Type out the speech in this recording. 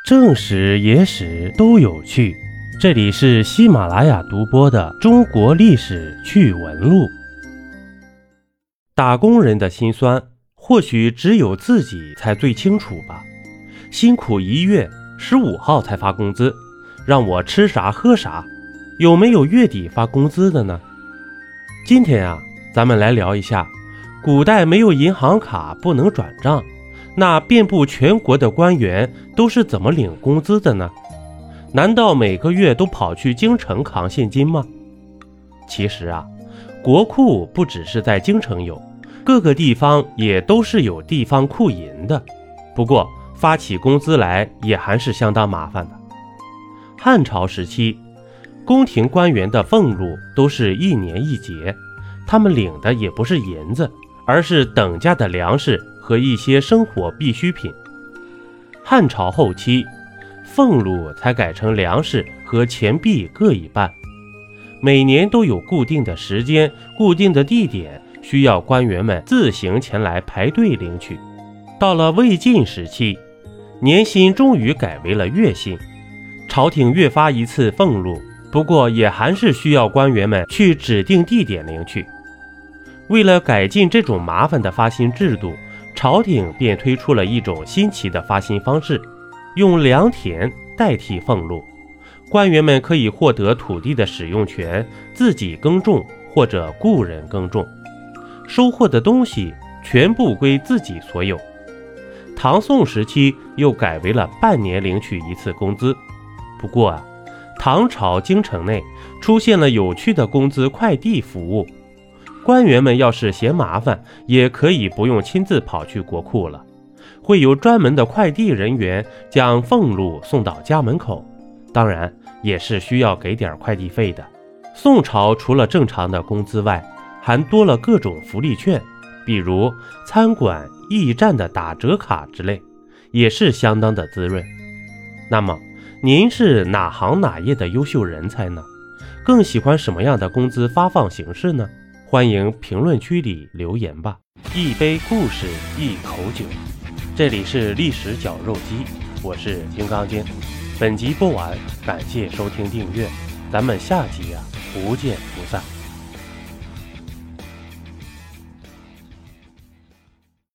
正史、野史都有趣，这里是喜马拉雅独播的中国历史趣闻录。打工人的辛酸，或许只有自己才最清楚吧。辛苦1月，15号才发工资，让我吃啥喝啥，有没有月底发工资的呢？今天啊，咱们来聊一下，古代没有银行卡不能转账，那遍布全国的官员都是怎么领工资的呢？难道每个月都跑去京城扛现金吗？其实啊，国库不只是在京城有，各个地方也都是有地方库银的。不过发起工资来也还是相当麻烦的。汉朝时期，宫廷官员的俸禄都是1年1结，他们领的也不是银子，而是等价的粮食和一些生活必需品。汉朝后期，俸禄才改成粮食和钱币各一半，每年都有固定的时间、固定的地点，需要官员们自行前来排队领取。到了魏晋时期，年薪终于改为了月薪，朝廷月发一次俸禄，不过也还是需要官员们去指定地点领取。为了改进这种麻烦的发薪制度，朝廷便推出了一种新奇的发薪方式，用良田代替俸禄，官员们可以获得土地的使用权，自己耕种或者雇人耕种，收获的东西全部归自己所有。唐宋时期又改为了半年领取一次工资。不过啊，唐朝京城内出现了有趣的工资快递服务，官员们要是嫌麻烦，也可以不用亲自跑去国库了，会有专门的快递人员将俸禄送到家门口，当然也是需要给点快递费的。宋朝除了正常的工资外，还多了各种福利券，比如餐馆、驿站的打折卡之类，也是相当的滋润。那么您是哪行哪业的优秀人才呢？更喜欢什么样的工资发放形式呢？欢迎评论区里留言吧。一杯故事，一口酒，这里是历史绞肉机，我是金刚经。本集播完，感谢收听订阅，咱们下集不见不散。